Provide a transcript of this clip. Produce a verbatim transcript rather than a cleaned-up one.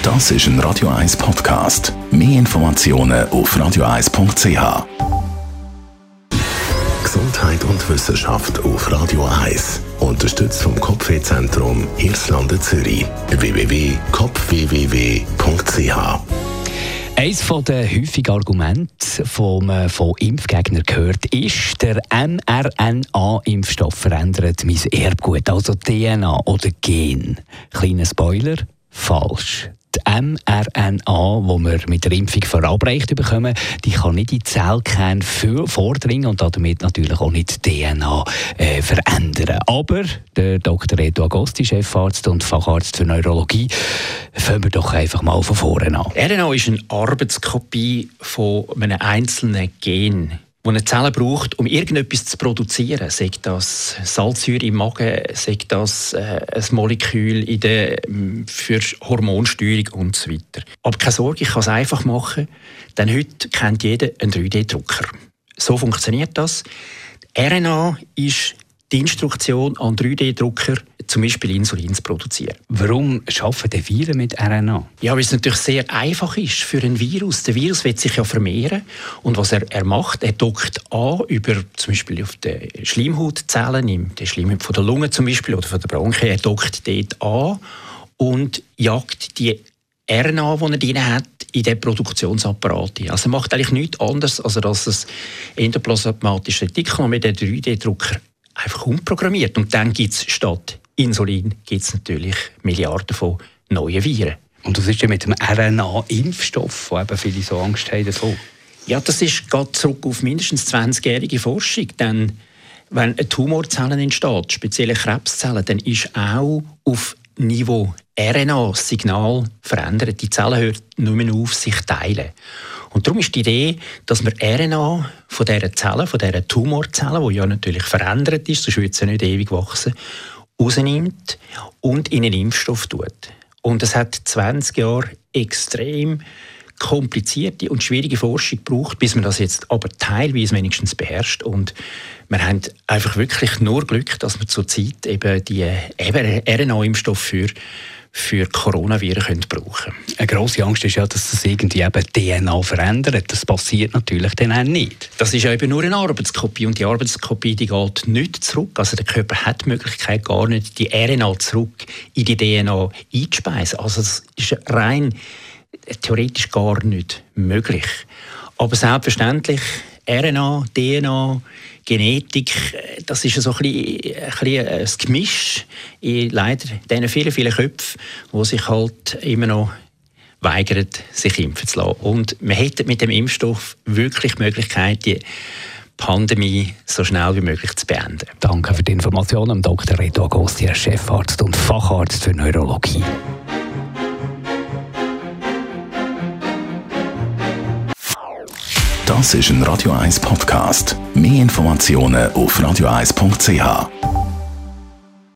Das ist ein Radio eins Podcast. Mehr Informationen auf radio eins punkt c h. Gesundheit und Wissenschaft auf Radio eins. Unterstützt vom Kopfwehzentrum Irlande Zürich. w w w punkt kopf w w w punkt c h. Eines der häufigen Argumente, die man von Impfgegnern hört, ist, der mRNA-Impfstoff verändert mein Erbgut, also D N A oder Gen. Kleiner Spoiler, falsch. Die mRNA, die wir mit der Impfung verabreicht bekommen, die kann nicht in die Zellkerne vordringen und damit natürlich auch nicht die D N A äh, verändern. Aber der Doktor Reto Agosti, Chefarzt und Facharzt für Neurologie, fangen wir doch einfach mal von vorne an. R N A ist eine Arbeitskopie von einem einzelnen Gen, das eine Zelle braucht, um irgendetwas zu produzieren. Sei das Salzsäure im Magen, sei das äh, ein Molekül in der, für Hormonsteuerung und so weiter. Aber keine Sorge, ich kann es einfach machen, denn heute kennt jeder einen drei D Drucker. So funktioniert das. R N A ist die Instruktion an drei D Drucker, zum Beispiel Insulin zu produzieren. Warum arbeiten die Viren mit R N A? Ja, weil es natürlich sehr einfach ist für ein Virus. Der Virus will sich ja vermehren. Und was er, er macht, er dockt an über zum Beispiel auf die Schleimhautzellen, in der Schleimhaut von der Lunge zum Beispiel oder von der Bronchien. Er dockt dort an und jagt die R N A, die er drin hat, in den Produktionsapparat. Also er macht eigentlich nichts anderes, als dass das endoplasmatische Retikulum mit dem drei D Drucker einfach umprogrammiert. Und dann gibt es statt Insulin gibt's natürlich Milliarden von neuen Viren. Und was ist denn mit dem R N A-Impfstoff, wo eben viele so Angst haben davon? Ja, das ist geht zurück auf mindestens zwanzigjährige Forschung. Denn wenn eine Tumorzelle entsteht, spezielle Krebszellen, dann ist auch auf Niveau R N A das Signal verändert. Die Zelle hört nicht mehr auf, sich zu teilen. Und darum ist die Idee, dass man R N A von dieser Zelle, von dieser Tumorzelle, die ja natürlich verändert ist, sonst würde sie nicht ewig wachsen, rausnimmt und in einen Impfstoff tut. Und es hat zwanzig Jahre extrem komplizierte und schwierige Forschung gebraucht, bis man das jetzt aber teilweise wenigstens beherrscht. Und wir haben einfach wirklich nur Glück, dass wir zurzeit eben die R N A-Impfstoff für für Coronaviren können brauchen. Eine grosse Angst ist ja, dass das irgendwie eben D N A verändert. Das passiert natürlich dann auch nicht. Das ist ja eben nur eine Arbeitskopie und die Arbeitskopie die geht nicht zurück. Also der Körper hat die Möglichkeit gar nicht, die R N A zurück in die D N A einzuspeisen. Also das ist rein theoretisch gar nicht möglich. Aber selbstverständlich R N A, D N A, Genetik, das ist so ein bisschen, ein bisschen ein Gemisch in leider diesen vielen, vielen Köpfen, die sich halt immer noch weigern, sich impfen zu lassen. Und wir hätten mit dem Impfstoff wirklich die Möglichkeit, die Pandemie so schnell wie möglich zu beenden. Danke für die Informationen, Doktor Reto Agosti, Chefarzt und Facharzt für Neurologie. Das ist ein Radio eins Podcast. Mehr Informationen auf radio eins punkt c h.